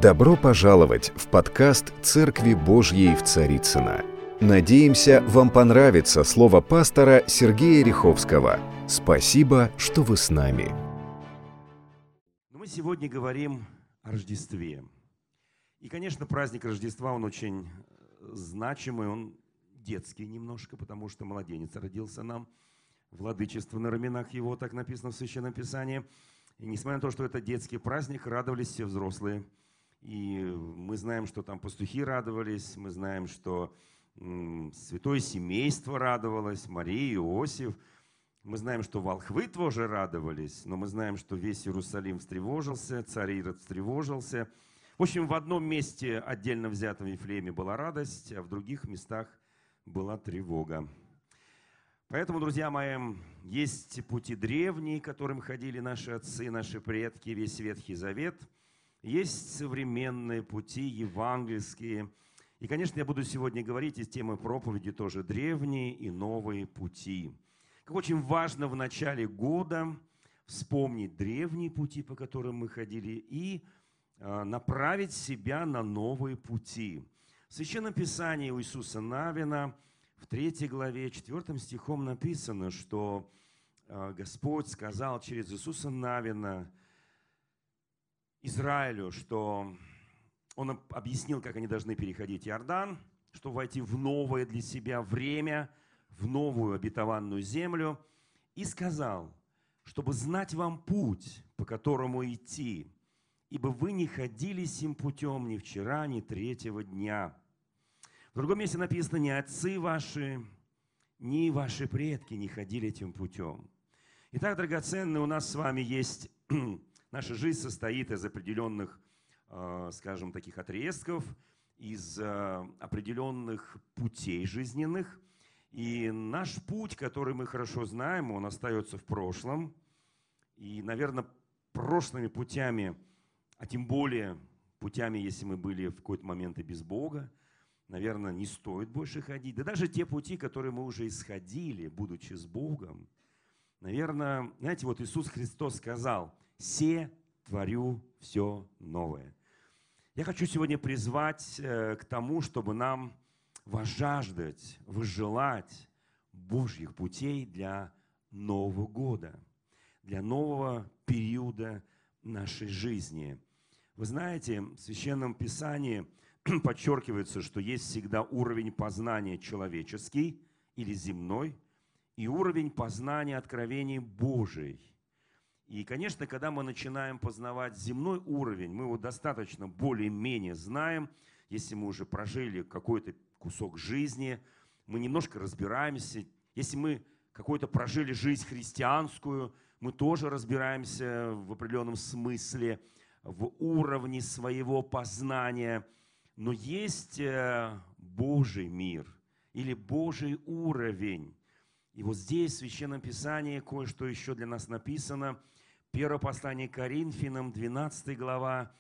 Добро пожаловать в подкаст «Церкви Божьей в Царицыно». Надеемся, вам понравится слово пастора Сергея Риховского. Спасибо, что вы с нами. Мы сегодня говорим о Рождестве. И, конечно, праздник Рождества, он очень значимый, он детский немножко, потому что младенец родился нам. Владычество на раменах его, так написано в Священном Писании. И несмотря на то, что это детский праздник, радовались все взрослые. И мы знаем, что там пастухи радовались, мы знаем, что святое семейство радовалось, Мария, Иосиф. Мы знаем, что волхвы тоже радовались, но мы знаем, что весь Иерусалим встревожился, царь Ирод встревожился. В общем, в одном месте, отдельно взятом Вифлееме, была радость, а в других местах была тревога. Поэтому, друзья мои, есть пути древние, которым ходили наши отцы, наши предки, весь Ветхий Завет. Есть современные пути, евангельские. И, конечно, я буду сегодня говорить из темы проповеди тоже древние и новые пути. Как очень важно в начале года вспомнить древние пути, по которым мы ходили, и направить себя на новые пути. В Священном Писании у Иисуса Навина в 3 главе 4 стихом написано, что Господь сказал через Иисуса Навина Израилю, что Он объяснил, как они должны переходить Иордан, чтобы войти в новое для себя время, в новую обетованную землю, и сказал, чтобы знать вам путь, по которому идти, ибо вы не ходили сим путем ни вчера, ни третьего дня. В другом месте написано, ни отцы ваши, ни ваши предки не ходили этим путем. Итак, драгоценные, у нас с вами есть, наша жизнь состоит из определенных, скажем, таких отрезков, из определенных путей жизненных. И наш путь, который мы хорошо знаем, он остается в прошлом. И, наверное, прошлыми путями, а тем более путями, если мы были в какой-то момент и без Бога, наверное, не стоит больше ходить. Да даже те пути, которые мы уже исходили, будучи с Богом, наверное, знаете, вот Иисус Христос сказал, «Се творю все новое». Я хочу сегодня призвать к тому, чтобы нам возжаждать, возжелать Божьих путей для Нового года, для нового периода нашей жизни. Вы знаете, в Священном Писании подчеркивается, что есть всегда уровень познания человеческий или земной и уровень познания откровений Божий. И, конечно, когда мы начинаем познавать земной уровень, мы его достаточно более-менее знаем, если мы уже прожили какой-то кусок жизни, мы немножко разбираемся. Если мы какой-то прожили жизнь христианскую, мы тоже разбираемся в определенном смысле в уровне своего познания. Но есть Божий мир или Божий уровень. И вот здесь в Священном Писании кое-что еще для нас написано. Первое послание к Коринфянам, 12 глава,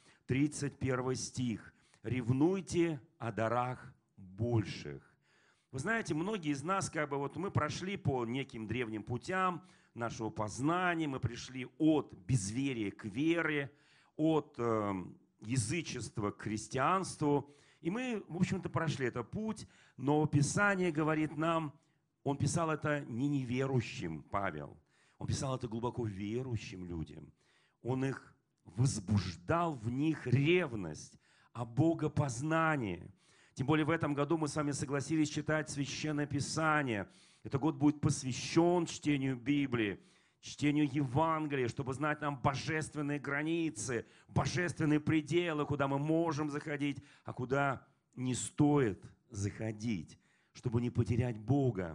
31 стих. «Ревнуйте о дарах больших». Вы знаете, многие из нас, мы прошли по неким древним путям нашего познания, мы пришли от безверия к вере, от язычества к христианству. И мы, в общем-то, прошли этот путь, но Писание говорит нам, он писал это не неверующим, Павел, он писал это глубоко верующим людям. Он их возбуждал в них ревность о богопознании. Тем более в этом году мы с вами согласились читать Священное Писание. Этот год будет посвящен чтению Библии, чтению Евангелия, чтобы знать нам божественные границы, божественные пределы, куда мы можем заходить, а куда не стоит заходить, чтобы не потерять Бога.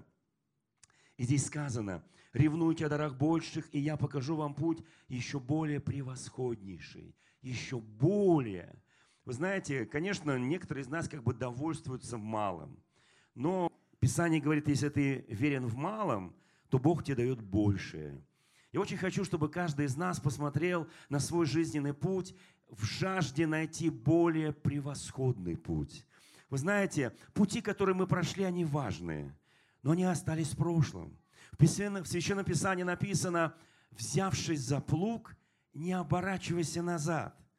И здесь сказано, ревнуйте о дарах больших, и я покажу вам путь еще более превосходнейший, еще более. Вы знаете, конечно, некоторые из нас довольствуются малым, но Писание говорит, если ты верен в малом, то Бог тебе дает большее. Я очень хочу, чтобы каждый из нас посмотрел на свой жизненный путь в жажде найти более превосходный путь. Вы знаете, пути, которые мы прошли, они важные, но они остались в прошлом. В Священном Писании написано, взявшись за плуг, не оборачивайся назад.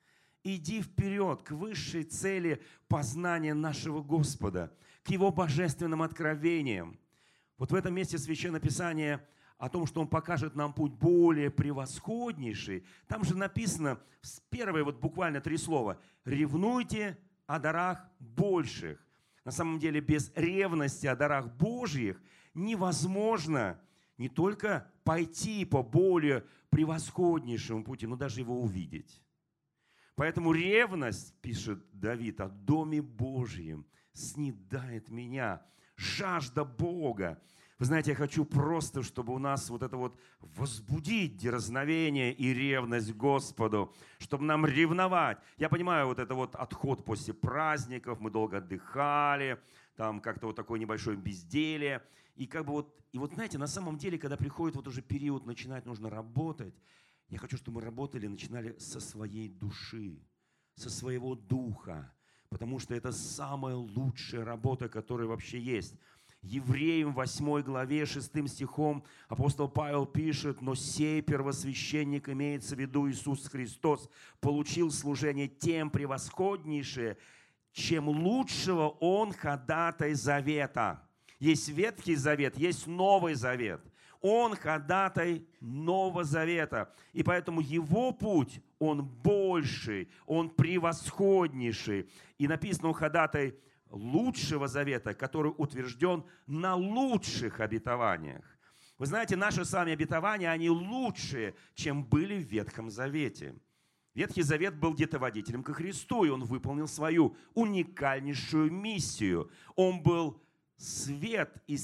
Иди вперед к высшей цели познания нашего Господа, к Его божественным откровениям. Вот в этом месте Священное Писание о том, что Он покажет нам путь более превосходнейший. Там же написано, первые буквально 3 слова: «Ревнуйте о дарах больших». На самом деле без ревности о дарах Божьих невозможно не только пойти по более превосходнейшему пути, но даже его увидеть. Поэтому ревность, пишет Давид, о Доме Божьем снедает меня. Жажда Бога. Вы знаете, я хочу просто, чтобы у нас вот это возбудить дерзновение и ревность к Господу, чтобы нам ревновать. Я понимаю, вот это отход после праздников, мы долго отдыхали, там как-то такое небольшое безделье. И знаете, на самом деле, когда приходит уже период, начинать нужно работать, я хочу, чтобы мы работали, начинали со своей души, со своего духа, потому что это самая лучшая работа, которая вообще есть. Евреям 8 главе 6 стихом апостол Павел пишет: «Но сей первосвященник, имеется в виду Иисус Христос, получил служение тем превосходнейшее, чем лучшего Он ходатай завета». Есть Ветхий Завет, есть Новый Завет. Он ходатай Нового Завета. И поэтому его путь, он больший, он превосходнейший. И написано, он ходатай лучшего завета, который утвержден на лучших обетованиях. Вы знаете, наши сами обетования, они лучшие, чем были в Ветхом Завете. Ветхий Завет был где-то водителем ко Христу, и он выполнил свою уникальнейшую миссию. Он был свет, и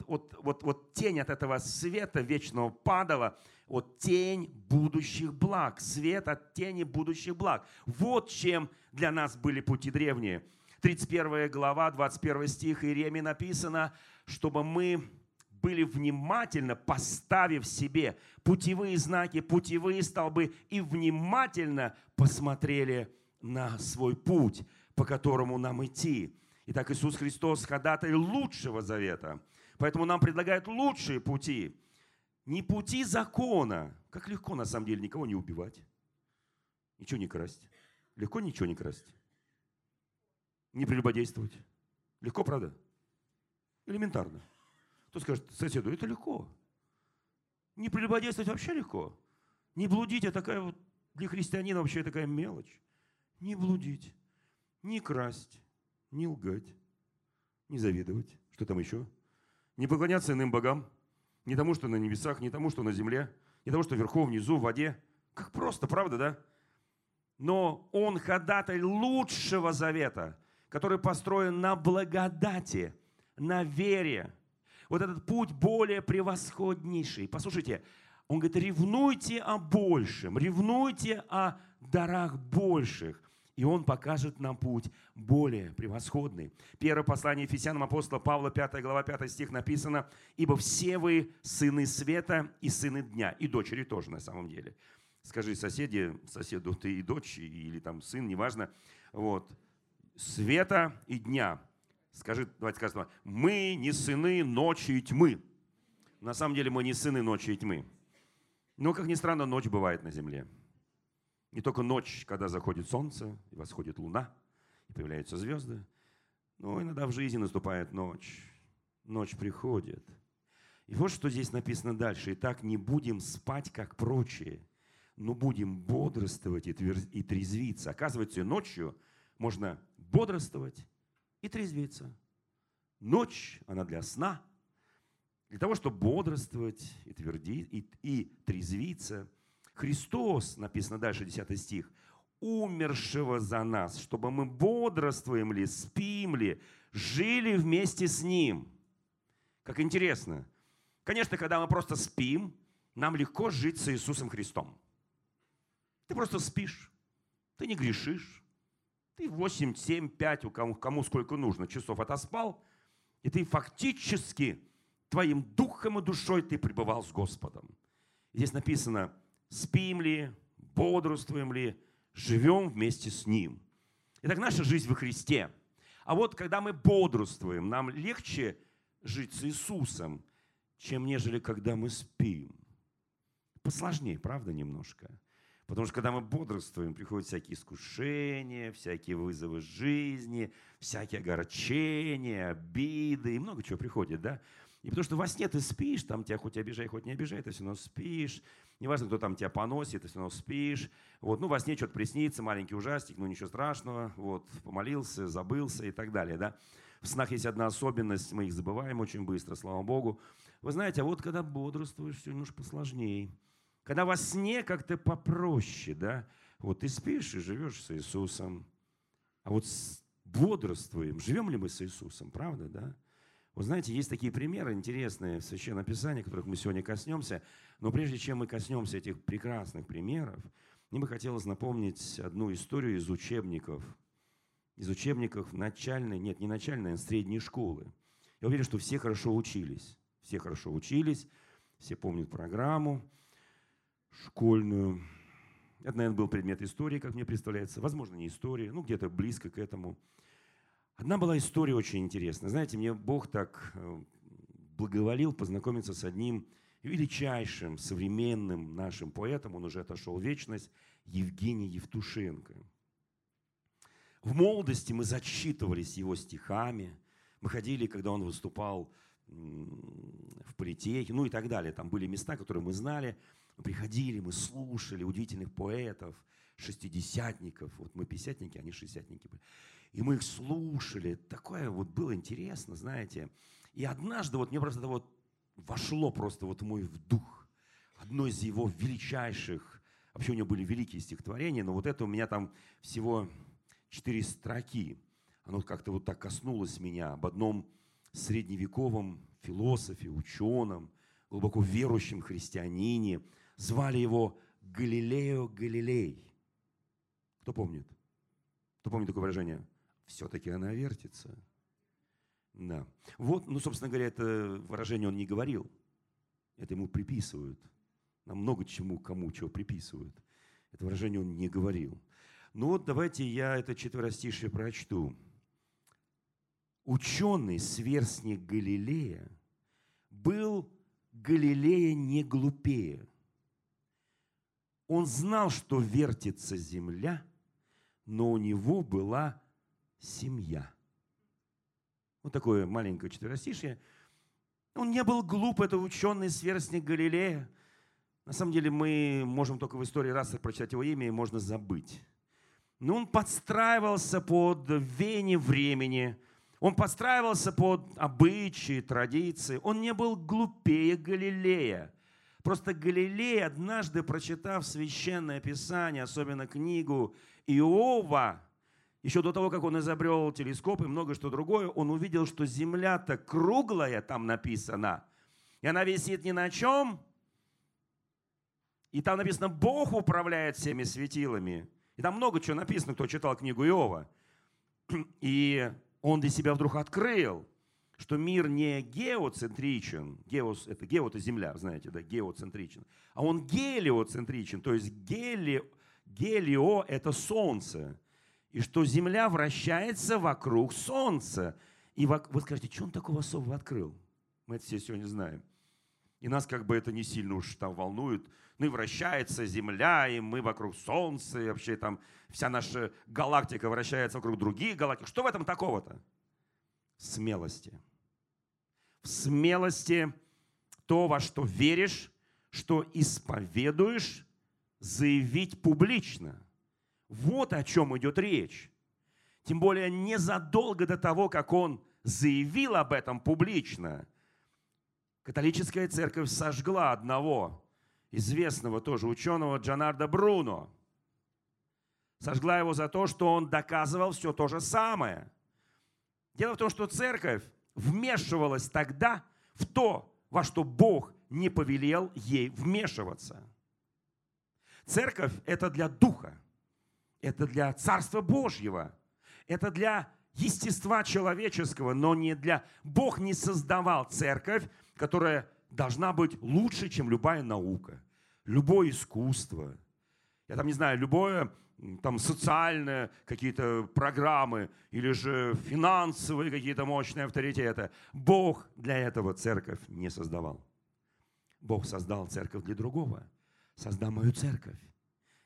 тень от этого света вечного падала, тень будущих благ, свет от тени будущих благ. Вот чем для нас были пути древние. 31 глава, 21 стих Иеремии написано, чтобы мы были внимательно, поставив себе путевые знаки, путевые столбы, и внимательно посмотрели на свой путь, по которому нам идти. Итак, Иисус Христос ходатай лучшего завета. Поэтому нам предлагают лучшие пути. Не пути закона. Как легко, на самом деле, никого не убивать. Ничего не красть. Легко ничего не красть. Не прелюбодействовать. Легко, правда? Элементарно. Кто скажет соседу: это легко. Не прелюбодействовать вообще легко. Не блудить, а такая для христианина вообще такая мелочь. Не блудить, не красть, не лгать, не завидовать. Что там еще? Не поклоняться иным богам. Не тому, что на небесах, не тому, что на земле, не тому, что вверху, внизу, в воде. Как просто, правда, да? Но он ходатай лучшего завета, который построен на благодати, на вере. Вот этот путь более превосходнейший. Послушайте, он говорит: ревнуйте о большем, ревнуйте о дарах больших. И он покажет нам путь более превосходный. Первое послание Ефесянам апостола Павла, 5 глава, 5 стих написано: «Ибо все вы сыны света и сыны дня». И дочери тоже на самом деле. Скажи соседу: ты и дочь, или там сын, неважно. Света и дня. Давайте скажем: мы не сыны ночи и тьмы. На самом деле мы не сыны ночи и тьмы. Но, как ни странно, ночь бывает на земле. Не только ночь, когда заходит солнце, и восходит луна, и появляются звезды, но иногда в жизни наступает ночь. Ночь приходит. И вот что здесь написано дальше. «Итак, не будем спать, как прочие, но будем бодрствовать и трезвиться». Оказывается, ночью можно бодрствовать и трезвиться. Ночь, она для сна. Для того, чтобы бодрствовать и трезвиться. Христос, написано дальше, 10 стих, умершего за нас, чтобы мы бодрствуем ли, спим ли, жили вместе с Ним. Как интересно. Конечно, когда мы просто спим, нам легко жить с Иисусом Христом. Ты просто спишь, ты не грешишь, ты 8, 7, 5, кому сколько нужно, часов отоспал, и ты фактически твоим духом и душой ты пребывал с Господом. И здесь написано: спим ли, бодрствуем ли, живем вместе с Ним. Итак, наша жизнь во Христе. А вот когда мы бодрствуем, нам легче жить с Иисусом, чем нежели когда мы спим. Посложнее, правда, немножко? Потому что когда мы бодрствуем, приходят всякие искушения, всякие вызовы жизни, всякие огорчения, обиды и много чего приходит, да? И потому что во сне ты спишь, там тебя хоть обижай, хоть не обижай, ты все равно спишь. Неважно, кто там тебя поносит, ты все равно спишь. Вот, ну, во сне что-то приснится, маленький ужастик, ну, ничего страшного. Вот, помолился, забылся и так далее, да? В снах есть одна особенность, мы их забываем очень быстро, слава Богу. Вы знаете, а вот когда бодрствуешь, все немножко посложнее. Когда во сне как-то попроще, да? Вот ты спишь и живешь с Иисусом. А вот бодрствуем, живем ли мы с Иисусом, правда, да? Вы знаете, есть такие примеры интересные в Священном Писании, которых мы сегодня коснемся. Но прежде чем мы коснемся этих прекрасных примеров, мне бы хотелось напомнить одну историю из учебников начальной, нет, не начальной, а средней школы. Я уверен, что все хорошо учились. Все хорошо учились, все помнят программу школьную. Это, наверное, был предмет истории, как мне представляется. Возможно, не история, ну где-то близко к этому. Одна была история очень интересная. Знаете, мне Бог так благоволил познакомиться с одним величайшим современным нашим поэтом, он уже отошел в вечность, Евгений Евтушенко. В молодости мы зачитывались его стихами, мы ходили, когда он выступал в политехе, ну и так далее. Там были места, которые мы знали. Мы приходили, мы слушали удивительных поэтов, шестидесятников. Вот мы пятидесятники, они шестидесятники были. И мы их слушали. Такое вот было интересно, знаете. И однажды вот мне просто это вот вошло просто вот в мой дух. Одно из его величайших, вообще у него были великие стихотворения, но вот это у меня там всего 4 строки. Оно как-то вот так коснулось меня об одном средневековом философе, ученом, глубоко верующем христианине. Звали его Галилео Галилей. Кто помнит? Кто помнит такое выражение? Все-таки она вертится. Да. Вот, ну, собственно говоря, это выражение он не говорил. Это ему приписывают. Нам много чему, кому чего приписывают. Это выражение он не говорил. Ну вот давайте я это четверостишие прочту. Ученый, сверстник Галилея, был Галилея не глупее. Он знал, что вертится земля, но у него была семья. Вот такое маленькое четверостишее. Он не был глуп, это ученый, сверстник Галилея. На самом деле мы можем только в истории раз прочитать его имя, и можно забыть. Но он подстраивался под веяние времени, он подстраивался под обычаи, традиции. Он не был глупее Галилея. Просто Галилей, однажды прочитав Священное Писание, особенно книгу Иова, еще до того, как он изобрел телескоп и многое что другое, он увидел, что земля-то круглая, там написано, и она висит ни на чем. И там написано, Бог управляет всеми светилами. И там много чего написано, кто читал книгу Иова. И он для себя вдруг открыл, что мир не геоцентричен, гео это земля, знаете, да, геоцентричен, а он гелиоцентричен, то есть гелио – это солнце, и что земля вращается вокруг солнца. И вы скажете, что он такого особого открыл? Мы это все сегодня знаем. И нас как бы это не сильно уж там волнует. Ну и вращается Земля, и мы вокруг Солнца, и вообще там вся наша галактика вращается вокруг других галактик. Что в этом такого-то? В смелости. В смелости то, во что веришь, что исповедуешь, заявить публично. Вот о чем идет речь. Тем более незадолго до того, как он заявил об этом публично, католическая церковь сожгла одного известного тоже ученого Джанарда Бруно. Сожгла его за то, что он доказывал все то же самое. Дело в том, что церковь вмешивалась тогда в то, во что Бог не повелел ей вмешиваться. Церковь – это для духа, это для Царства Божьего, это для естества человеческого, но не для... Бог не создавал церковь, которая должна быть лучше, чем любая наука, любое искусство. Я там не знаю, любое там социальные какие-то программы или же финансовые какие-то мощные авторитеты. Бог для этого церковь не создавал. Бог создал церковь для другого. Создал мою церковь.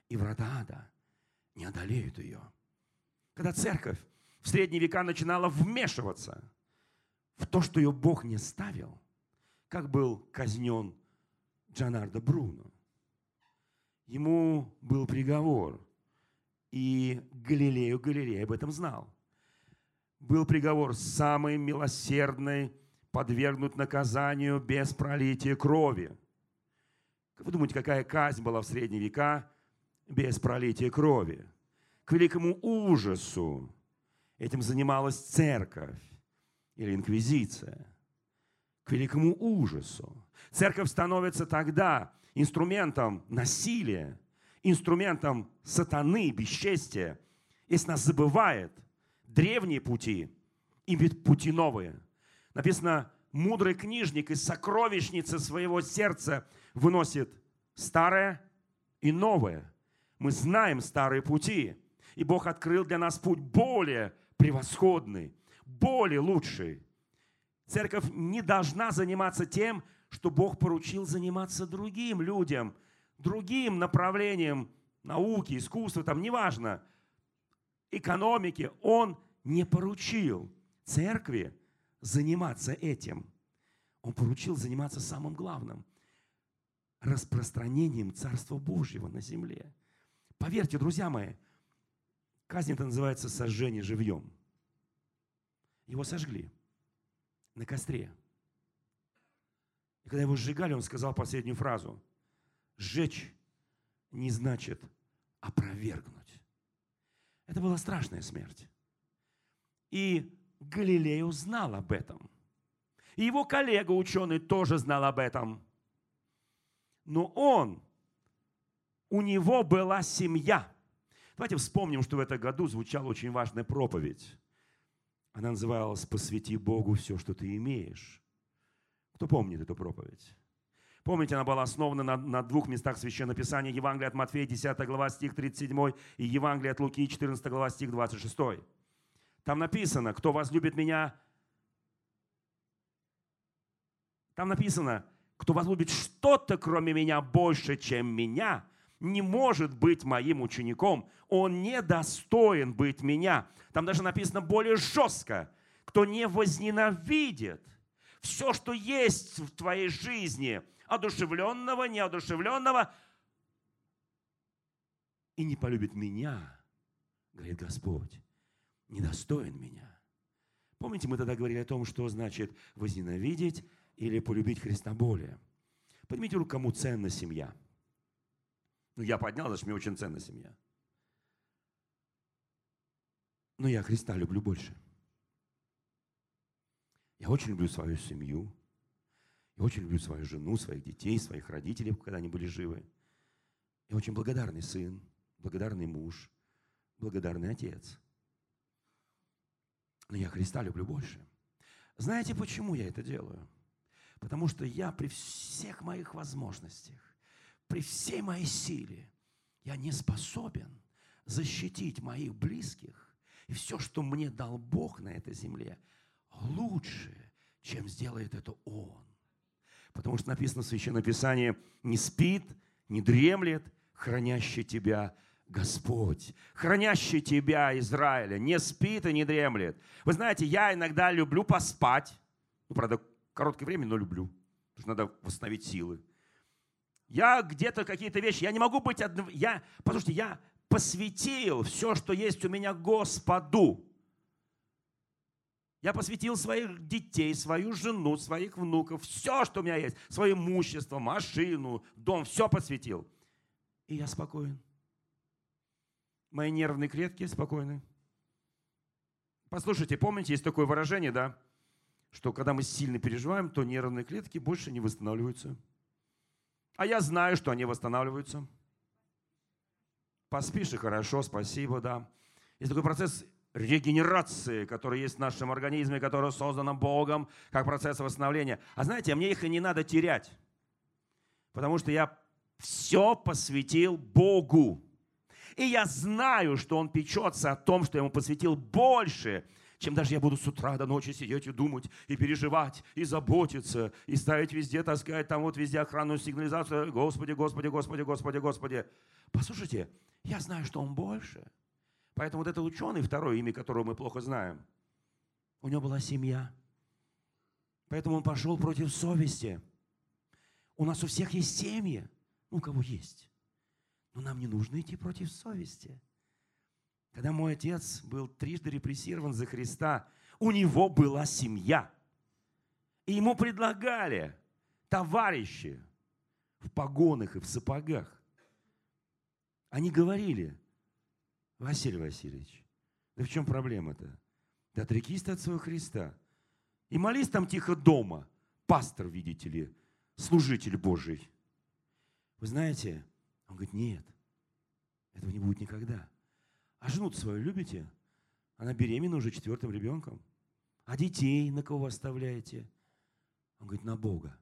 и врата ада не одолеют ее. Когда церковь в средние века начинала вмешиваться в то, что ее Бог не ставил, как был казнен Джанардо Бруно. Ему был приговор, и Галилей об этом знал. Был приговор самый милосердный, подвергнут наказанию без пролития крови. Как вы думаете, какая казнь была в средние века без пролития крови? К великому ужасу этим занималась церковь или инквизиция. К великому ужасу. Церковь становится тогда инструментом насилия, инструментом сатаны, бесчестия, если нас забывает древние пути и пути новые. Написано, мудрый книжник из сокровищницы своего сердца выносит старое и новое. Мы знаем старые пути, и Бог открыл для нас путь более превосходный, более лучший. Церковь не должна заниматься тем, что Бог поручил заниматься другим людям, другим направлением науки, искусства, там неважно, экономики. Он не поручил церкви заниматься этим. Он поручил заниматься самым главным – распространением Царства Божьего на земле. Поверьте, друзья мои, казнь это называется сожжение живьем. Его сожгли на костре. И когда его сжигали, он сказал последнюю фразу: «Сжечь не значит опровергнуть». Это была страшная смерть. И Галилей узнал об этом. И его коллега, ученый, тоже знал об этом. Но у него была семья. Давайте вспомним, что в этом году звучала очень важная проповедь. Она называлась «Посвяти Богу все, что ты имеешь». Кто помнит эту проповедь? Помните, она была основана на двух местах Священного Писания: Евангелие от Матфея, 10 глава, стих 37, и Евангелие от Луки, 14 глава, стих 26. Там написано, кто возлюбит меня, там написано, кто возлюбит что-то, кроме меня, больше, чем меня, не может быть моим учеником. Он недостоин быть меня. Там даже написано более жестко. Кто не возненавидит все, что есть в твоей жизни, одушевленного, неодушевленного, и не полюбит меня, говорит Господь, недостоин меня. Помните, мы тогда говорили о том, что значит возненавидеть или полюбить Христа более. Поднимите руку, кому ценна семья. Ну, я поднял, потому что мне очень ценна семья. Но я Христа люблю больше. Я очень люблю свою семью. Я очень люблю свою жену, своих детей, своих родителей, когда они были живы. Я очень благодарный сын, благодарный муж, благодарный отец. Но я Христа люблю больше. Знаете, почему я это делаю? Потому что я при всех моих возможностях, при всей моей силе, я не способен защитить моих близких и все, что мне дал Бог на этой земле, лучше, чем сделает это Он. Потому что написано в Священном Писании: не спит, не дремлет, хранящий тебя Господь, хранящий тебя Израиля, не спит и не дремлет. Вы знаете, я иногда люблю поспать, ну, правда, короткое время, но люблю, потому что надо восстановить силы. Я где-то какие-то вещи, я не могу быть одним, послушайте, я посвятил все, что есть у меня, Господу. Я посвятил своих детей, свою жену, своих внуков, все, что у меня есть, свое имущество, машину, дом, все посвятил. И я спокоен. Мои нервные клетки спокойны. Послушайте, помните, есть такое выражение, да, что когда мы сильно переживаем, то нервные клетки больше не восстанавливаются. А я знаю, что они восстанавливаются. Поспишь и хорошо, спасибо, да. Есть такой процесс регенерации, который есть в нашем организме, который создан Богом, как процесс восстановления. А знаете, мне их и не надо терять, потому что я все посвятил Богу. И я знаю, что Он печется о том, что я Ему посвятил больше, чем даже я буду с утра до ночи сидеть и думать, и переживать, и заботиться, и ставить везде, таскать там вот везде охранную сигнализацию. Господи, Господи, Господи, Господи, Господи. Послушайте, я знаю, что Он больше. Поэтому вот этот ученый, второе имя которого мы плохо знаем, у него была семья. Поэтому он пошел против совести. У нас у всех есть семьи, у кого есть. Но нам не нужно идти против совести. Когда мой отец был трижды репрессирован за Христа, у него была семья. И ему предлагали товарищи в погонах и в сапогах. Они говорили: Василий Васильевич, да в чем проблема-то? Да отрекись ты от своего Христа. И молись там тихо дома. Пастор, видите ли, служитель Божий. Вы знаете, он говорит: нет, этого не будет никогда. А жену-то свою любите? Она беременна уже 4-м ребенком. А детей на кого оставляете? Он говорит: на Бога.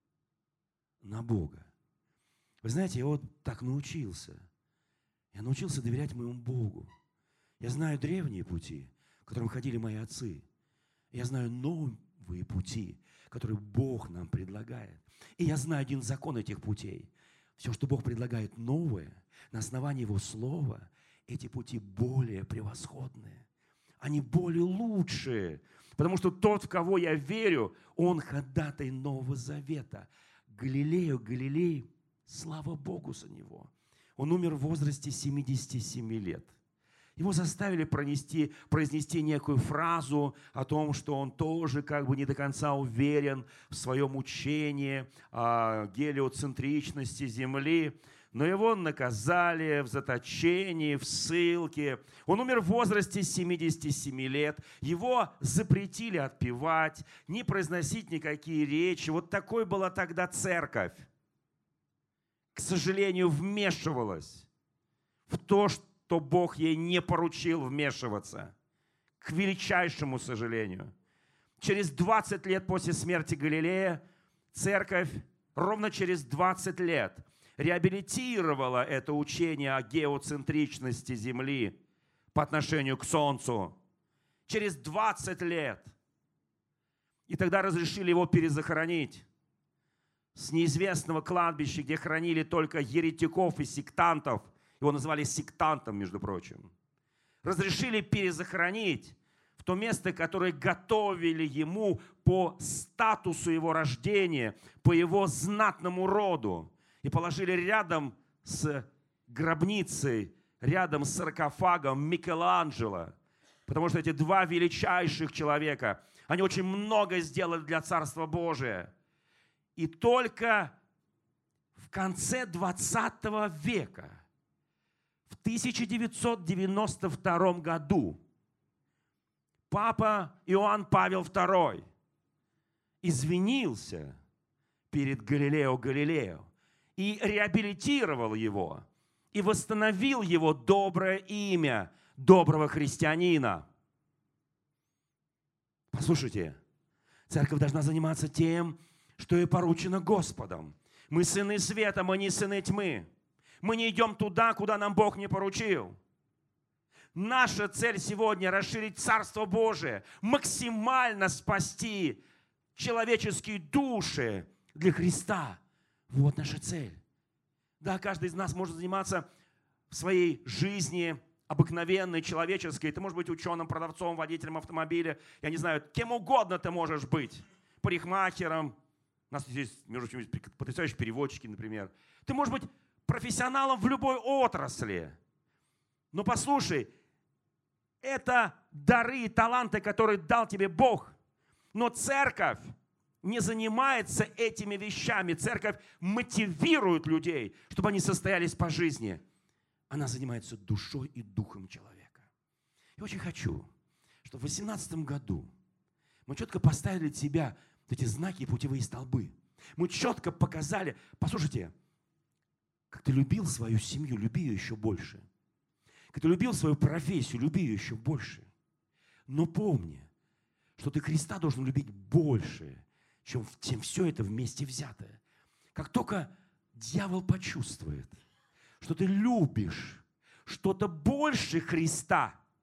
На Бога. Вы знаете, я вот так научился. Я научился доверять моему Богу. Я знаю древние пути, которым ходили мои отцы. Я знаю новые пути, которые Бог нам предлагает. И я знаю один закон этих путей. Все, что Бог предлагает новое, на основании Его Слова, эти пути более превосходные. Они более лучшие. Потому что тот, в кого я верю, он ходатай Нового Завета. Галилей, слава Богу за него. Он умер в возрасте 77 лет. Его заставили произнести некую фразу о том, что он тоже как бы не до конца уверен в своем учении о гелиоцентричности Земли. Но его наказали в заточении, в ссылке. Он умер в возрасте 77 лет. Его запретили отпевать, не произносить никакие речи. Вот такой была тогда церковь. К сожалению, вмешивалась в то, что Бог ей не поручил вмешиваться. К величайшему сожалению. Через 20 лет после смерти Галилея церковь ровно через 20 лет реабилитировала это учение о геоцентричности Земли по отношению к Солнцу. Через 20 лет. И тогда разрешили его перезахоронить с неизвестного кладбища, где хранили только еретиков и сектантов. Его называли сектантом, между прочим. Разрешили перезахоронить в то место, которое готовили ему по статусу его рождения, по его знатному роду. И положили рядом с гробницей, рядом с саркофагом Микеланджело. Потому что эти два величайших человека, они очень много сделали для Царства Божия. И только в конце 20 века, в 1992 году, папа Иоанн Павел II извинился перед Галилео Галилео и реабилитировал его, и восстановил его доброе имя доброго христианина. Послушайте, церковь должна заниматься тем, что ей поручено Господом. Мы сыны света, мы не сыны тьмы. Мы не идем туда, куда нам Бог не поручил. Наша цель сегодня – расширить Царство Божие, максимально спасти человеческие души для Христа. Вот наша цель. Да, каждый из нас может заниматься в своей жизни обыкновенной, человеческой. Ты можешь быть ученым, продавцом, водителем автомобиля. Я не знаю, кем угодно ты можешь быть. Парикмахером. У нас здесь, между прочим, потрясающие переводчики, например. Ты можешь быть профессионалом в любой отрасли. Но послушай, это дары и таланты, которые дал тебе Бог. Но церковь не занимается этими вещами. Церковь мотивирует людей, чтобы они состоялись по жизни. Она занимается душой и духом человека. Я очень хочу, чтобы в 2018 году мы четко поставили для себя эти знаки и путевые столбы. Мы четко показали, послушайте, как ты любил свою семью, люби ее еще больше. Как ты любил свою профессию, люби ее еще больше. Но помни, что ты Христа должен любить больше, чем все это вместе взятое. Как только дьявол почувствует, что ты любишь что-то больше Христа,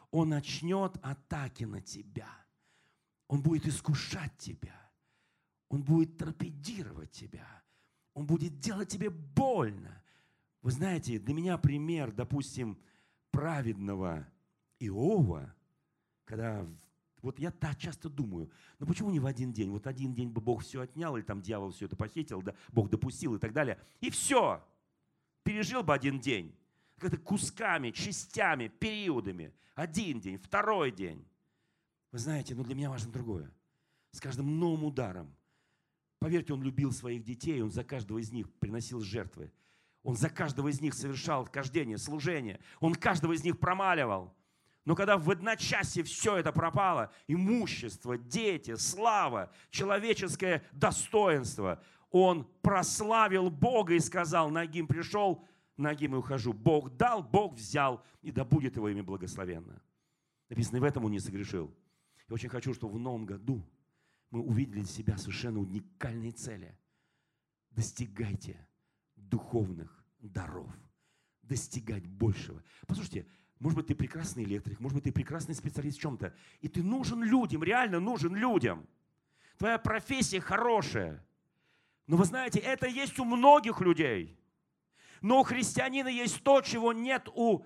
Он начнет атаки на тебя. Он будет искушать тебя. Он будет торпедировать тебя. Он будет делать тебе больно. Вы знаете, для меня пример, допустим, праведного Иова, когда, вот я так часто думаю, ну почему не в один день? Вот один день бы Бог все отнял, или там дьявол все это похитил, да, Бог допустил и так далее. И все. Пережил бы один день. Как-то кусками, частями, периодами. Один день, второй день. Вы знаете, но для меня важно другое. С каждым новым ударом. Поверьте, он любил своих детей, он за каждого из них приносил жертвы. Он за каждого из них совершал хождение, служение. Он каждого из них промаливал. Но когда в одночасье все это пропало, имущество, дети, слава, человеческое достоинство, он прославил Бога и сказал: Нагим пришел, Нагим и ухожу. Бог дал, Бог взял, и да будет его имя благословенно. Написано, и в этом он не согрешил. Я очень хочу, чтобы в новом году мы увидели для себя совершенно уникальные цели. Достигайте духовных даров. Достигать большего. Послушайте, может быть, ты прекрасный электрик, может быть, ты прекрасный специалист в чем-то, и ты нужен людям, реально нужен людям. Твоя профессия хорошая. Но вы знаете, это есть у многих людей. Но у христианина есть то, чего нет у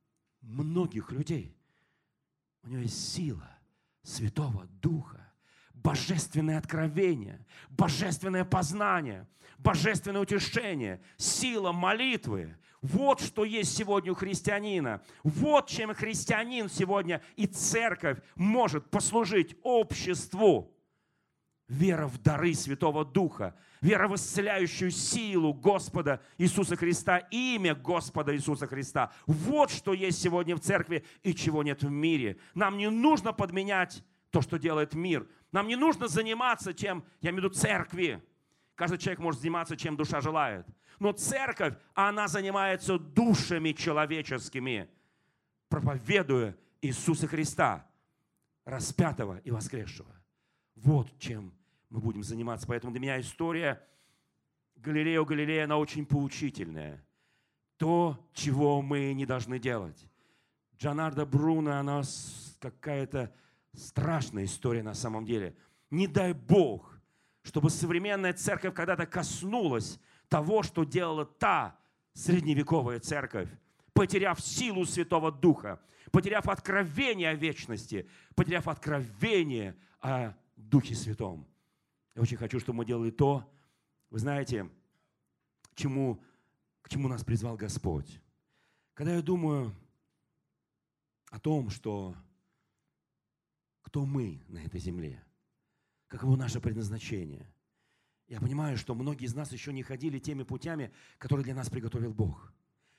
многих людей. У него есть сила Святого Духа, божественное откровение, божественное познание, божественное утешение, сила молитвы. Вот что есть сегодня у христианина. Вот чем христианин сегодня и церковь может послужить обществу. Вера в дары Святого Духа, вера в исцеляющую силу Господа Иисуса Христа, имя Господа Иисуса Христа. Вот что есть сегодня в церкви и чего нет в мире. Нам не нужно подменять то, что делает мир. Нам не нужно заниматься чем, я имею в виду церкви. Каждый человек может заниматься, чем душа желает. Но церковь, она занимается душами человеческими, проповедуя Иисуса Христа, распятого и воскресшего. Вот чем мы будем заниматься. Поэтому для меня история Галилео Галилея, она очень поучительная. То, чего мы не должны делать. Джанарда Бруно, она какая-то страшная история на самом деле. Не дай Бог, чтобы современная церковь когда-то коснулась того, что делала та средневековая церковь, потеряв силу Святого Духа, потеряв откровение о вечности, потеряв откровение о Духе Святом. Я очень хочу, чтобы мы делали то, вы знаете, к чему нас призвал Господь. Когда я думаю о том, что кто мы на этой земле, каково наше предназначение, я понимаю, что многие из нас еще не ходили теми путями, которые для нас приготовил Бог.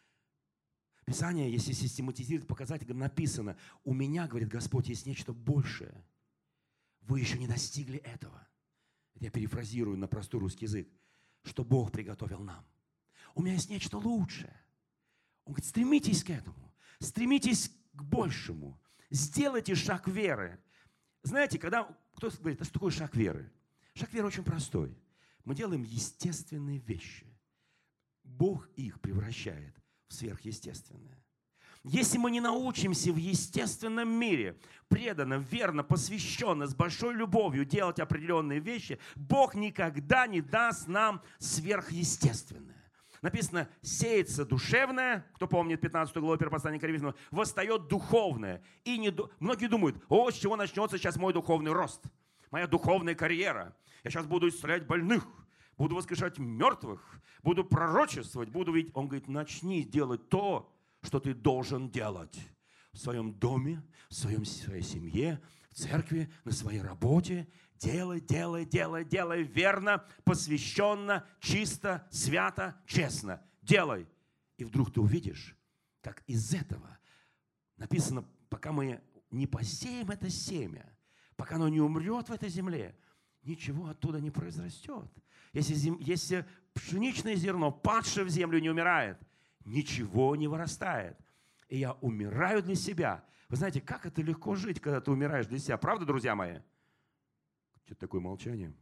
Писание, если систематизировать, показать, написано: у меня, говорит Господь, есть нечто большее. Вы еще не достигли этого. Я перефразирую на простой русский язык, что Бог приготовил нам. У меня есть нечто лучшее. Он говорит: стремитесь к этому, стремитесь к большему, сделайте шаг веры. Знаете, когда кто-то говорит: а что такое шаг веры? Шаг веры очень простой. Мы делаем естественные вещи. Бог их превращает в сверхъестественное. Если мы не научимся в естественном мире преданно, верно, посвященно, с большой любовью делать определенные вещи, Бог никогда не даст нам сверхъестественное. Написано: сеется душевное, кто помнит 15 главу 1 послания к Коринфянам, восстает духовное. И многие думают: о, с чего начнется сейчас мой духовный рост, моя духовная карьера. Я сейчас буду исцелять больных, буду воскрешать мертвых, буду пророчествовать, буду видеть. Он говорит: начни делать то, что ты должен делать в своем доме, в своей семье, в церкви, на своей работе. Делай, делай, делай, делай верно, посвященно, чисто, свято, честно. Делай. И вдруг ты увидишь, как из этого написано: пока мы не посеем это семя, пока оно не умрет в этой земле, ничего оттуда не произрастет. Если пшеничное зерно, падшее в землю, не умирает, ничего не вырастает. И я умираю для себя. Вы знаете, как это легко жить, когда ты умираешь для себя. Правда, друзья мои? Что-то такое молчание.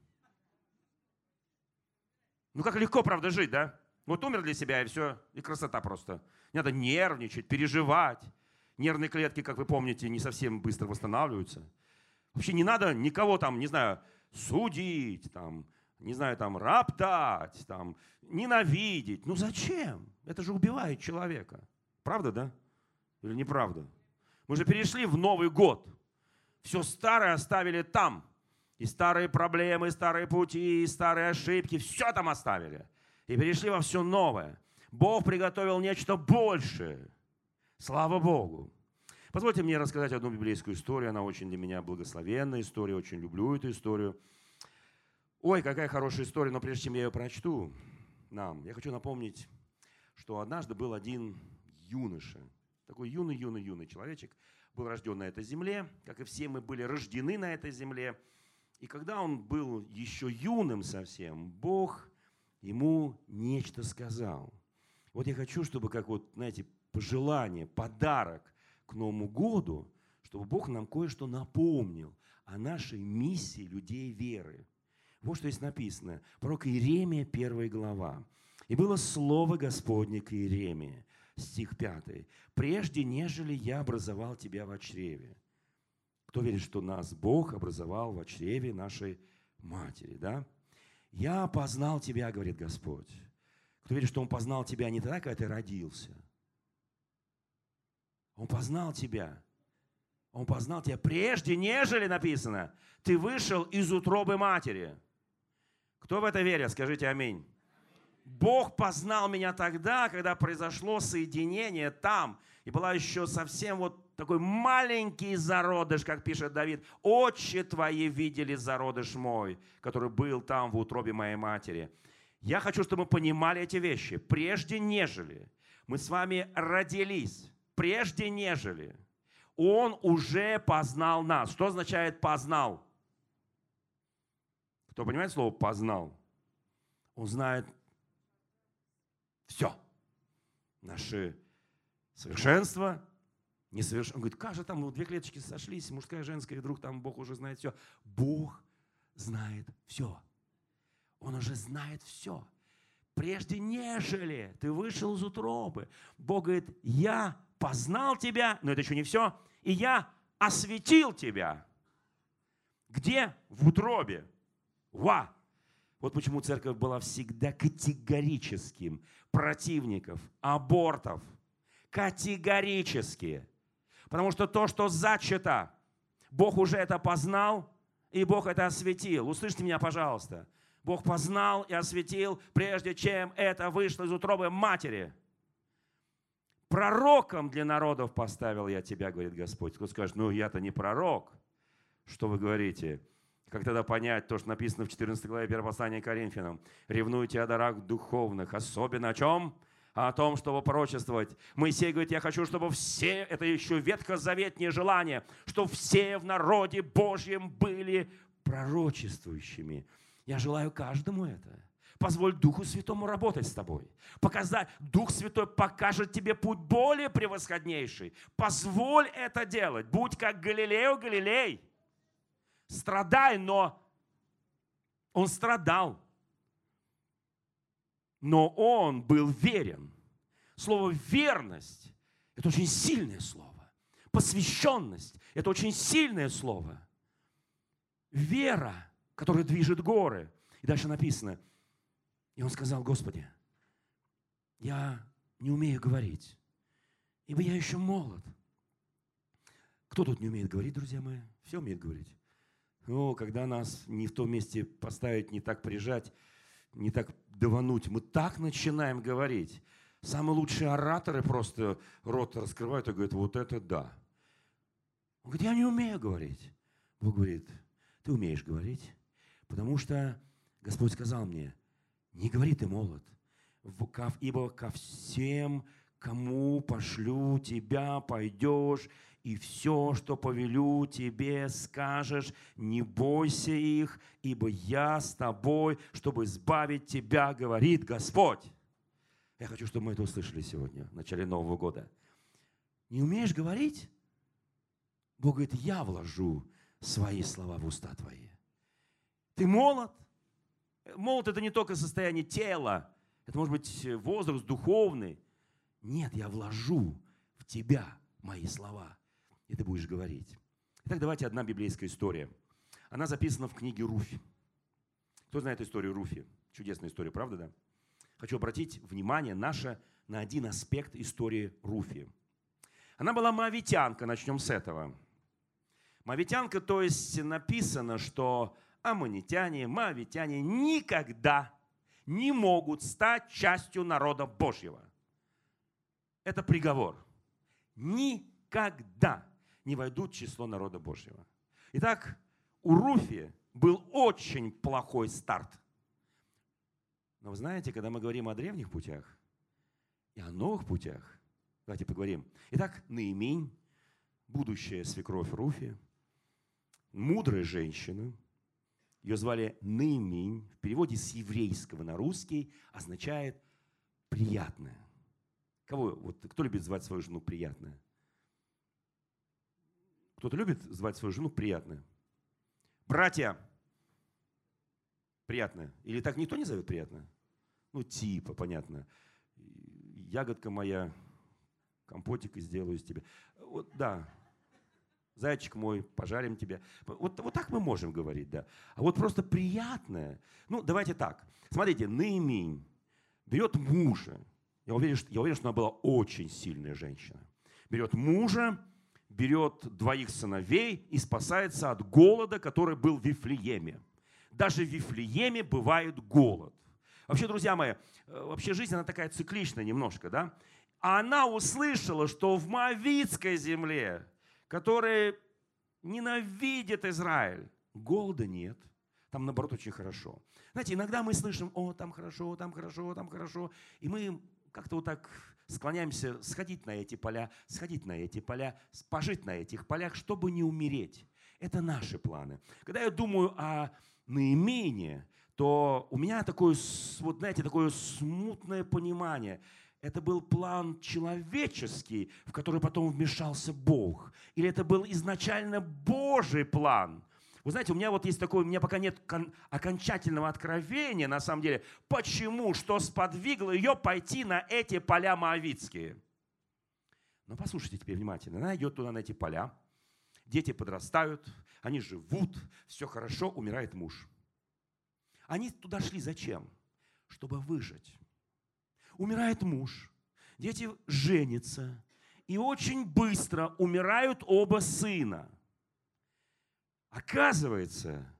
Ну, как легко, правда, жить, да? Вот умер для себя, и все, и красота просто. Не надо нервничать, переживать. Нервные клетки, как вы помните, не совсем быстро восстанавливаются. Вообще не надо никого там, не знаю, судить, там, не знаю, там, роптать, там, ненавидеть. Ну зачем? Это же убивает человека. Правда, да? Или неправда? Мы же перешли в Новый год. Все старое оставили там. И старые проблемы, и старые пути, и старые ошибки. Все там оставили. И перешли во все новое. Бог приготовил нечто большее. Слава Богу. Позвольте мне рассказать одну библейскую историю. Она очень для меня благословенная история. Очень люблю эту историю. Ой, какая хорошая история. Но прежде чем я ее прочту нам, я хочу напомнить, что однажды был один юноша. Такой юный человечек. Был рожден на этой земле. Как и все мы были рождены на этой земле. И когда он был еще юным совсем, Бог ему нечто сказал. Вот я хочу, чтобы, как вот, знаете, пожелание, подарок к Новому году, чтобы Бог нам кое-что напомнил о нашей миссии людей веры. Вот что здесь написано. Пророк Иеремия, 1 глава. «И было слово Господне к Иеремии». Стих 5. «Прежде, нежели я образовал тебя во чреве». Кто верит, что нас Бог образовал во чреве нашей матери, да? «Я познал тебя, говорит Господь». Кто верит, что Он познал тебя не тогда, когда ты родился. Он познал тебя. Он познал тебя прежде, нежели, написано, ты вышел из утробы матери. Кто в это верит? Скажите аминь. Бог познал меня тогда, когда произошло соединение там. И была еще совсем вот такой маленький зародыш, как пишет Давид. «Очи твои видели зародыш мой, который был там в утробе моей матери». Я хочу, чтобы мы понимали эти вещи. Прежде нежели мы с вами родились, прежде нежели Он уже познал нас. Что означает «познал»? Кто понимает слово «познал»? Он знает все. Наши совершенства, несовершенства. Он говорит, как же там, две клеточки сошлись, мужская, женская, и вдруг там Бог уже знает все. Бог знает все. Он уже знает все. Прежде нежели ты вышел из утробы. Бог говорит, я познал тебя, но это еще не все, и я осветил тебя. Где? В утробе. Вот почему церковь была всегда категорическим противником абортов. Категорически. Потому что то, что зачато, Бог уже это познал, и Бог это осветил. Услышьте меня, пожалуйста. Бог познал и осветил, прежде чем это вышло из утробы матери. Пророком для народов поставил я тебя, говорит Господь. Кто скажет, ну я-то не пророк. Что вы говорите? Как тогда понять то, что написано в 14 главе 1 послания к Коринфянам? Ревнуйте о дарах духовных, особенно о чем? О том, чтобы пророчествовать. Моисей говорит, я хочу, чтобы все, это еще ветхозаветнее желание, чтобы все в народе Божьем были пророчествующими. Я желаю каждому это. Позволь Духу Святому работать с тобой. Показать, Дух Святой покажет тебе путь более превосходнейший. Позволь это делать. Будь как Галилео Галилей. Страдай, но он страдал. Но он был верен. Слово «верность» – это очень сильное слово. Посвященность – это очень сильное слово. Вера, которая движет горы. И дальше написано. И он сказал, Господи, я не умею говорить, ибо я еще молод. Кто тут не умеет говорить, друзья мои? Все умеют говорить. Но когда нас не в том месте поставить, не так прижать, не так давануть, мы так начинаем говорить. Самые лучшие ораторы просто рот раскрывают и говорят, вот это да. Он говорит, я не умею говорить. Бог говорит, ты умеешь говорить, потому что Господь сказал мне, не говори ты молод, ибо ко всем, кому пошлю тебя, пойдешь, и все, что повелю тебе, скажешь, не бойся их, ибо я с тобой, чтобы избавить тебя, говорит Господь. Я хочу, чтобы мы это услышали сегодня, в начале Нового года. Не умеешь говорить? Бог говорит, я вложу свои слова в уста твои. Ты молод? Молод – это не только состояние тела, это может быть возраст духовный. Нет, я вложу в тебя мои слова, и ты будешь говорить. Итак, давайте одна библейская история. Она записана в книге Руфь. Кто знает историю Руфи? Чудесная история, правда, да? Хочу обратить внимание наше на один аспект истории Руфи. Она была моавитянка, начнем с этого. Моавитянка, то есть написано, что аммонитяне, моавитяне никогда не могут стать частью народа Божьего. Это приговор. Никогда не войдут в число народа Божьего. Итак, у Руфи был очень плохой старт. Но вы знаете, когда мы говорим о древних путях и о новых путях, давайте поговорим. Итак, Наимень, будущая свекровь Руфи, мудрая женщина, ее звали Наимень, в переводе с еврейского на русский означает «приятная». Кто любит звать свою жену приятная? Кто-то любит звать свою жену приятная? Братья, приятная. Или так никто не зовет приятная? Ну, типа, понятно. Ягодка моя, компотик сделаю из тебя. Вот, да. Зайчик мой, пожарим тебя. Вот так мы можем говорить, да. А вот просто приятное. Ну, давайте так. Смотрите, Наимень берет мужа. Я уверен, что она была очень сильная женщина. Берет мужа, берет 2 сыновей и спасается от голода, который был в Вифлееме. Даже в Вифлееме бывает голод. Вообще, друзья мои, вообще жизнь, она такая цикличная немножко, да? А она услышала, что в Моавитской земле, которая ненавидит Израиль, голода нет. Там, наоборот, очень хорошо. Знаете, иногда мы слышим, о, там хорошо, там хорошо, там хорошо. И мы как-то вот так склоняемся сходить на эти поля, пожить на этих полях, чтобы не умереть. Это наши планы. Когда я думаю о Наимене, то у меня такое, вот знаете, такое смутное понимание. Это был план человеческий, в который потом вмешался Бог. Или это был изначально Божий план. Вы знаете, у меня вот есть такое, у меня пока нет окончательного откровения, на самом деле, почему, что сподвигло ее пойти на эти поля моавитские. Но послушайте теперь внимательно. Она идет туда, на эти поля, дети подрастают, они живут, все хорошо, умирает муж. Они туда шли зачем? Чтобы выжить. Умирает муж, дети женятся, и очень быстро умирают оба сына. Оказывается,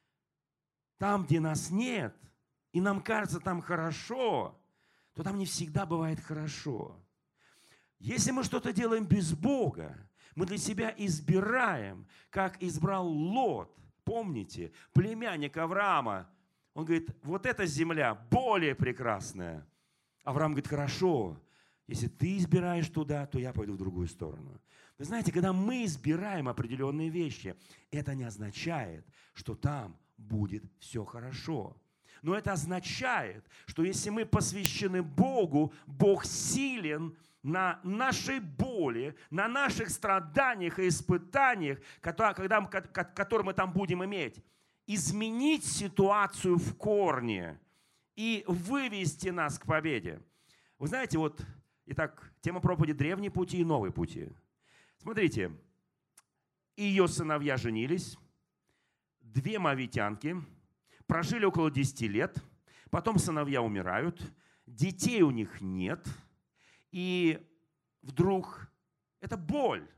там, где нас нет, и нам кажется там хорошо, то там не всегда бывает хорошо. Если мы что-то делаем без Бога, мы для себя избираем, как избрал Лот. Помните, племянник Авраама, он говорит, вот эта земля более прекрасная. Авраам говорит, хорошо, если ты избираешь туда, то я пойду в другую сторону. Вы знаете, когда мы избираем определенные вещи, это не означает, что там будет все хорошо. Но это означает, что если мы посвящены Богу, Бог силен на нашей боли, на наших страданиях и испытаниях, которые мы там будем иметь, изменить ситуацию в корне и вывести нас к победе. Вы знаете, вот, итак, тема проповеди «Древние пути и новые пути». Смотрите, ее сыновья женились, 2 моавитянки, прожили около 10 лет, потом сыновья умирают, детей у них нет, и вдруг это боль.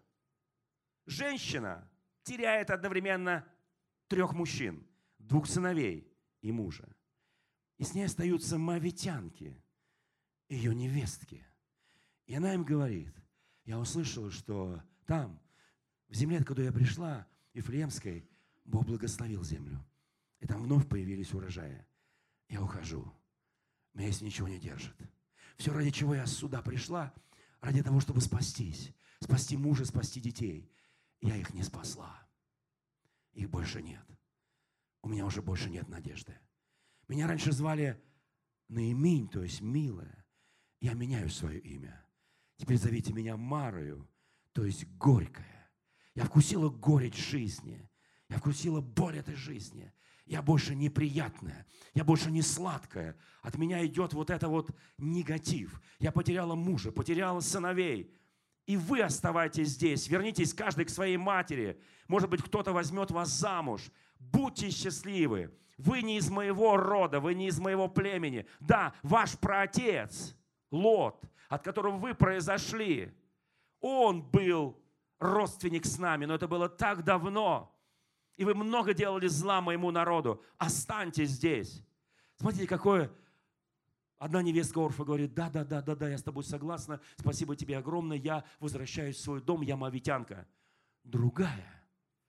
Женщина теряет одновременно 3 мужчин, 2 сыновей и мужа. И с ней остаются моавитянки, ее невестки. И она им говорит, я услышала, что там, в земле, откуда я пришла, Вифлеемской, Бог благословил землю. И там вновь появились урожаи. Я ухожу. Меня здесь ничего не держит. Все, ради чего я сюда пришла, ради того, чтобы спастись. Спасти мужа, спасти детей. Я их не спасла. Их больше нет. У меня уже больше нет надежды. Меня раньше звали Наимень, то есть милая. Я меняю свое имя. Теперь зовите меня Марою, то есть горькая. Я вкусила горечь жизни. Я вкусила боль этой жизни. Я больше неприятная. Я больше не сладкая. От меня идет вот это вот негатив. Я потеряла мужа, потеряла сыновей. И вы оставайтесь здесь. Вернитесь каждый к своей матери. Может быть, кто-то возьмет вас замуж. Будьте счастливы. Вы не из моего рода, вы не из моего племени. Да, ваш праотец, Лот, от которого вы произошли, он был родственник с нами, но это было так давно. И вы много делали зла моему народу. Останьтесь здесь. Смотрите, какое... Одна невестка Орфа говорит: да, я с тобой согласна, спасибо тебе огромное, я возвращаюсь в свой дом, я моавитянка. Другая,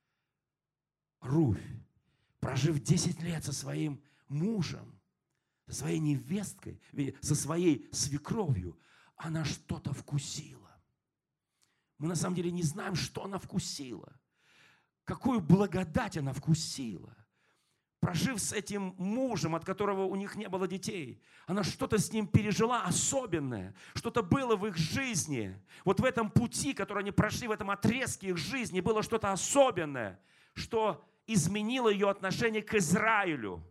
Руфь, прожив 10 лет со своим мужем, со своей невесткой, со своей свекровью, она что-то вкусила. Мы на самом деле не знаем, что она вкусила, какую благодать она вкусила. Прожив с этим мужем, от которого у них не было детей, она что-то с ним пережила особенное, что-то было в их жизни. Вот в этом пути, который они прошли, в этом отрезке их жизни, было что-то особенное, что изменило ее отношение к Израилю.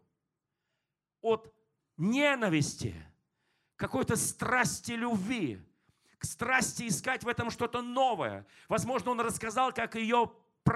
От ненависти, какой-то страсти любви, к страсти искать в этом что-то новое. Возможно, он рассказал, как ее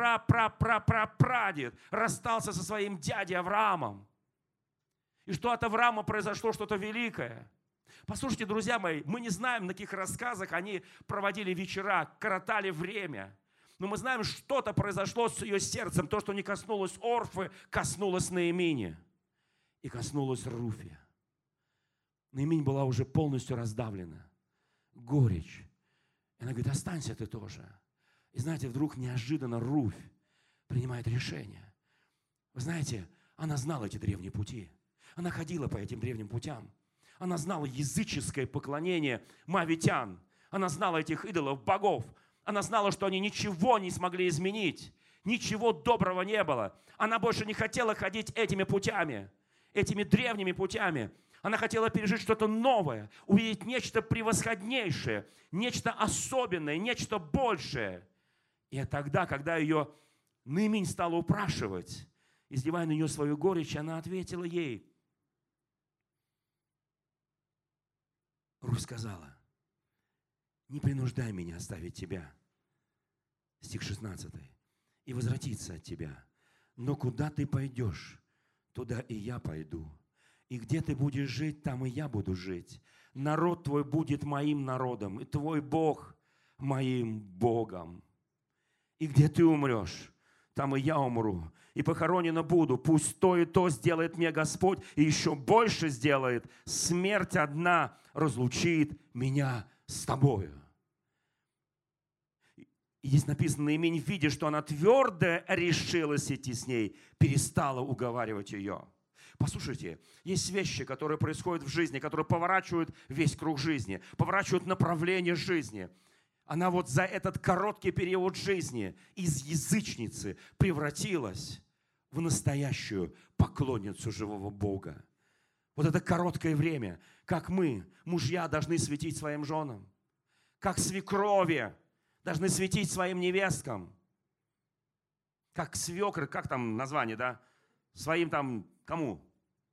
прадед расстался со своим дядей Авраамом. И что от Авраама произошло что-то великое. Послушайте, друзья мои, мы не знаем, на каких рассказах они проводили вечера, коротали время. Но мы знаем, что-то произошло с ее сердцем. То, что не коснулось Орфы, коснулось Наимини. И коснулось Руфи. Наиминь была уже полностью раздавлена. Горечь. И она говорит: останься ты тоже. И знаете, вдруг неожиданно Руфь принимает решение. Вы знаете, она знала эти древние пути. Она ходила по этим древним путям. Она знала языческое поклонение моавитян. Она знала этих идолов, богов. Она знала, что они ничего не смогли изменить. Ничего доброго не было. Она больше не хотела ходить этими путями, этими древними путями. Она хотела пережить что-то новое, увидеть нечто превосходнейшее, нечто особенное, нечто большее. И тогда, когда ее Наиминь стала упрашивать, изливая на нее свою горечь, она ответила ей. Руфь сказала: не принуждай меня оставить тебя. Стих 16. И возвратиться от тебя. Но куда ты пойдешь, туда и я пойду. И где ты будешь жить, там и я буду жить. Народ твой будет моим народом, и твой Бог моим Богом. И где ты умрешь, там и я умру, и похоронена буду. Пусть то и то сделает мне Господь, и еще больше сделает. Смерть одна разлучит меня с тобою. И здесь написано: Наиминь, видя, что она твердо решилась идти с ней, перестала уговаривать ее. Послушайте, есть вещи, которые происходят в жизни, которые поворачивают весь круг жизни, поворачивают направление жизни. Она вот за этот короткий период жизни из язычницы превратилась в настоящую поклонницу живого Бога. Вот это короткое время, как мы, мужья, должны светить своим женам, как свекрови должны светить своим невесткам, как свекры, как там название, да, своим там, кому?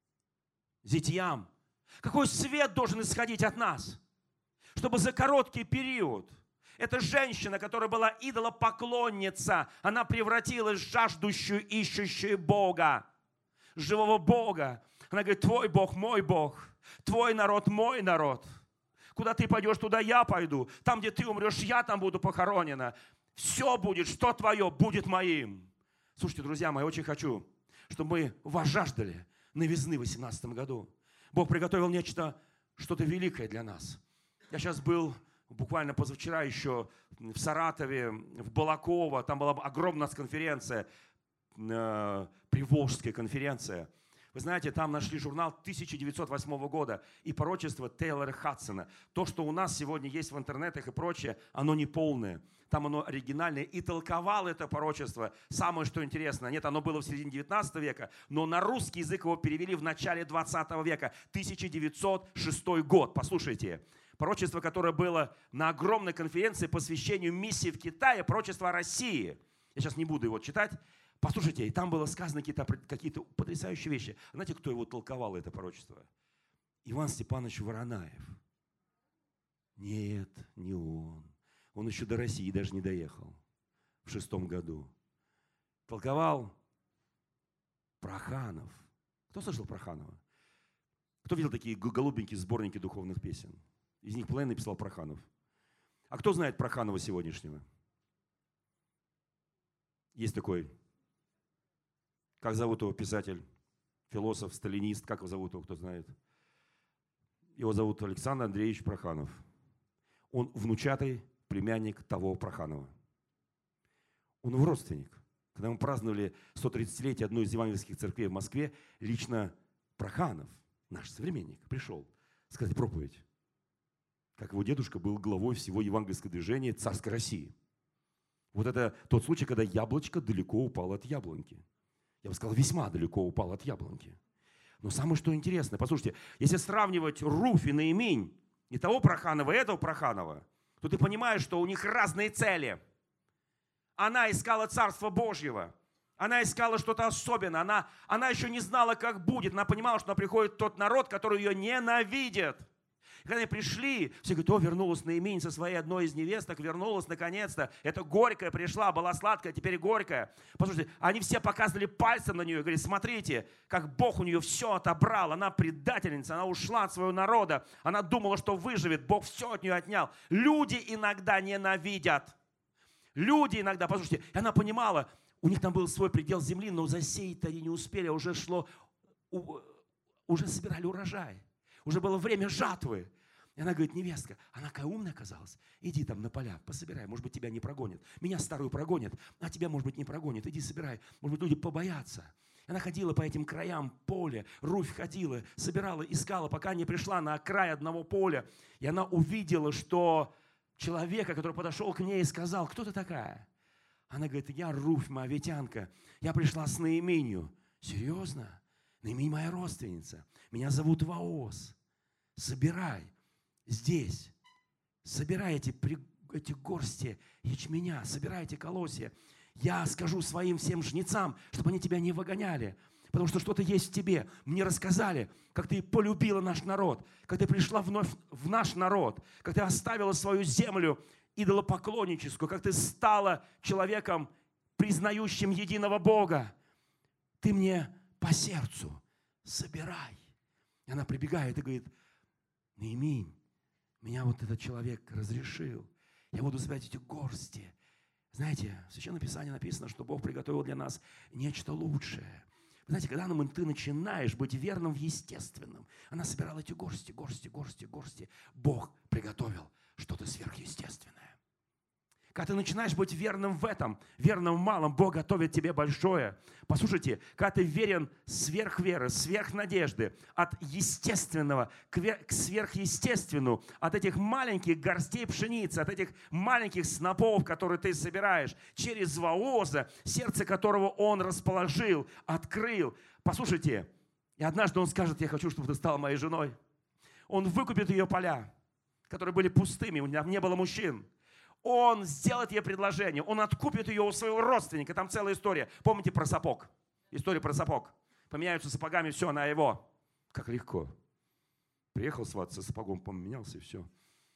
Зятьям. Какой свет должен исходить от нас, чтобы за короткий период эта женщина, которая была идолопоклонница, она превратилась в жаждущую, ищущую Бога, живого Бога. Она говорит: твой Бог, мой Бог, твой народ, мой народ. Куда ты пойдешь, туда я пойду. Там, где ты умрешь, я там буду похоронена. Все будет, что твое, будет моим. Слушайте, друзья мои, очень хочу, чтобы мы возжаждали новизны в 2018 году. Бог приготовил нечто, что-то великое для нас. Я сейчас был буквально позавчера еще в Саратове, в Балаково. Там была огромная конференция, Приволжская конференция. Вы знаете, там нашли журнал 1908 года и пророчество Тейлора Хадсона. То, что у нас сегодня есть в интернетах и прочее, оно не полное. Там оно оригинальное. И толковал это пророчество. Самое, что интересно, нет, оно было в середине 19 века, но на русский язык его перевели в начале 20 века, 1906 год. Послушайте. Пророчество, которое было на огромной конференции по посвящению миссии в Китае, пророчество о России. Я сейчас не буду его читать. Послушайте, и там было сказано какие-то потрясающие вещи. Знаете, кто его толковал, это пророчество? Иван Степанович Воронаев. Нет, не он. Он еще до России даже не доехал в 6 году. Толковал Проханов. Кто слышал Проханова? Кто видел такие голубенькие сборники духовных песен? Из них половину написал Проханов. А кто знает Проханова сегодняшнего? Есть такой. Как зовут его писатель, философ, сталинист? Как его зовут его, кто знает? Его зовут Александр Андреевич Проханов. Он внучатый племянник того Проханова. Он его родственник. Когда мы праздновали 130-летие одной из евангельских церквей в Москве, лично Проханов, наш современник, пришел сказать проповедь. Как его дедушка был главой всего евангельского движения царской России. Вот это тот случай, когда яблочко далеко упало от яблоньки. Я бы сказал, весьма далеко упало от яблоньки. Но самое что интересное, послушайте, если сравнивать Руфь и Наиминь, и того Проханова, и этого Проханова, то ты понимаешь, что у них разные цели. Она искала Царство Божьего. Она искала что-то особенное. Она еще не знала, как будет. Она понимала, что она приходит в тот народ, который ее ненавидит. И когда они пришли, все говорят, о, вернулась Наиминь со своей одной из невесток, вернулась наконец-то. Это горькая пришла, была сладкая, теперь горькая. Послушайте, они все показывали пальцем на нее и говорят, смотрите, как Бог у нее все отобрал. Она предательница, она ушла от своего народа. Она думала, что выживет, Бог все от нее отнял. Люди иногда ненавидят. Люди иногда, послушайте, и она понимала, у них там был свой предел земли, но засеять-то они не успели, уже собирали урожай. Уже было время жатвы. И она говорит, невестка, она какая умная оказалась. Иди там на поля, пособирай, может быть, тебя не прогонят. Меня старую прогонят, а тебя, может быть, не прогонят. Иди собирай, может быть, люди побоятся. Она ходила по этим краям поля, Руфь ходила, собирала, искала, пока не пришла на край одного поля. И она увидела, что человека, который подошел к ней и сказал, кто ты такая? Она говорит, я Руфь, моавитянка, я пришла с Наиминью. Серьезно? Наиминь моя родственница. Меня зовут Вооз. Собирай здесь. Собирай эти горсти ячменя. Собирай эти колосья. Я скажу своим всем жнецам, чтобы они тебя не выгоняли. Потому что что-то есть в тебе. Мне рассказали, как ты полюбила наш народ. Как ты пришла вновь в наш народ. Как ты оставила свою землю идолопоклонническую. Как ты стала человеком, признающим единого Бога. Ты мне по сердцу. Собирай. И она прибегает и говорит, Наиминь, меня вот этот человек разрешил. Я буду собирать эти горсти. Знаете, в Священном Писании написано, что Бог приготовил для нас нечто лучшее. Вы знаете, когда ты начинаешь быть верным в естественном, она собирала эти горсти. Бог приготовил что-то сверхъестественное. Когда ты начинаешь быть верным в этом, верным в малом, Бог готовит тебе большое. Послушайте, когда ты верен сверх веры, сверх надежды, от естественного к сверхъестественному, от этих маленьких горстей пшеницы, от этих маленьких снопов, которые ты собираешь, через Вооза, сердце которого Он расположил, открыл. Послушайте, и однажды Он скажет, я хочу, чтобы ты стала моей женой. Он выкупит ее поля, которые были пустыми, у нее не было мужчин. Он сделает ей предложение, он откупит ее у своего родственника. Там целая история. Помните про сапог? История про сапог. Поменяются сапогами, все, она его. Как легко. Приехал сват со сапогом, поменялся и все.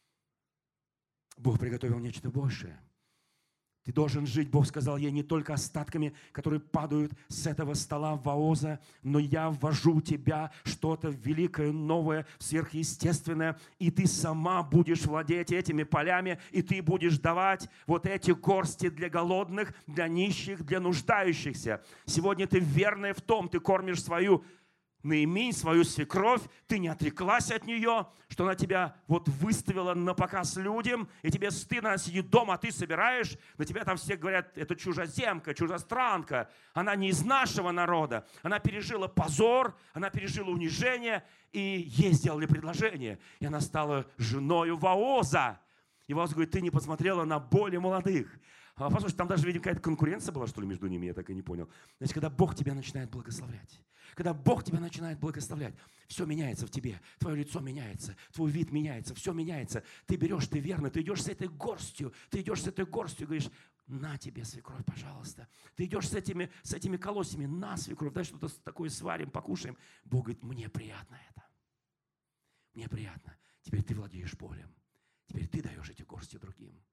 Бог приготовил нечто большее. Ты должен жить, Бог сказал ей, не только остатками, которые падают с этого стола Вооза, но я ввожу тебя что-то великое, новое, сверхъестественное, и ты сама будешь владеть этими полями, и ты будешь давать вот эти горсти для голодных, для нищих, для нуждающихся. Сегодня ты верная в том, ты кормишь свою Наиминь, свою свекровь, ты не отреклась от нее, что она тебя вот выставила на показ людям, и тебе стыдно, она сидит дома, а ты собираешь, на тебя там все говорят, это чужеземка, чужестранка, она не из нашего народа, она пережила позор, она пережила унижение, и ей сделали предложение, и она стала женою Вооза. И Вооз говорит, ты не посмотрела на более молодых. Послушайте, там даже, видимо, какая-то конкуренция была, что ли, между ними, я так и не понял. Значит, когда Бог тебя начинает благословлять, когда Бог тебя начинает благословлять, все меняется в тебе, твое лицо меняется, твой вид меняется, все меняется. Ты берешь, ты верно, ты идешь с этой горстью, и говоришь, на тебе, свекровь, пожалуйста. Ты идешь с этими колосьями, на, свекровь, дай что-то такое сварим, покушаем. Бог говорит, мне приятно это. Мне приятно. Теперь ты владеешь полем. Теперь ты даешь эти горсти другим.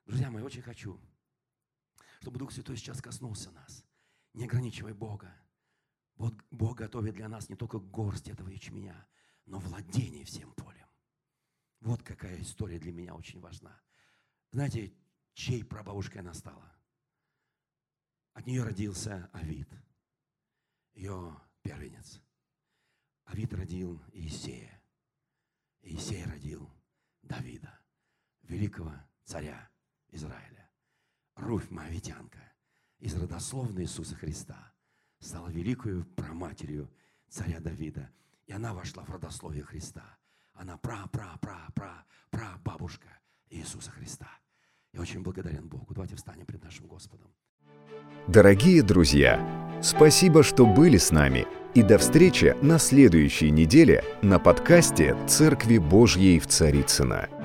Друзья мои, очень хочу, чтобы Дух Святой сейчас коснулся нас. Не ограничивай Бога. Бог готовит для нас не только горсть этого ячменя, но владение всем полем. Вот какая история для меня очень важна. Знаете, чьей прабабушкой она стала? От нее родился Авид, ее первенец. Авид родил Иисея. Иисей родил Давида, великого царя Израиля. Руфь Моавитянка из родословной Иисуса Христа стала великою праматерью царя Давида. И она вошла в родословие Христа. Она прабабушка Иисуса Христа. Я очень благодарен Богу. Давайте встанем пред нашим Господом. Дорогие друзья, спасибо, что были с нами. И до встречи на следующей неделе на подкасте «Церкви Божьей в Царицыно».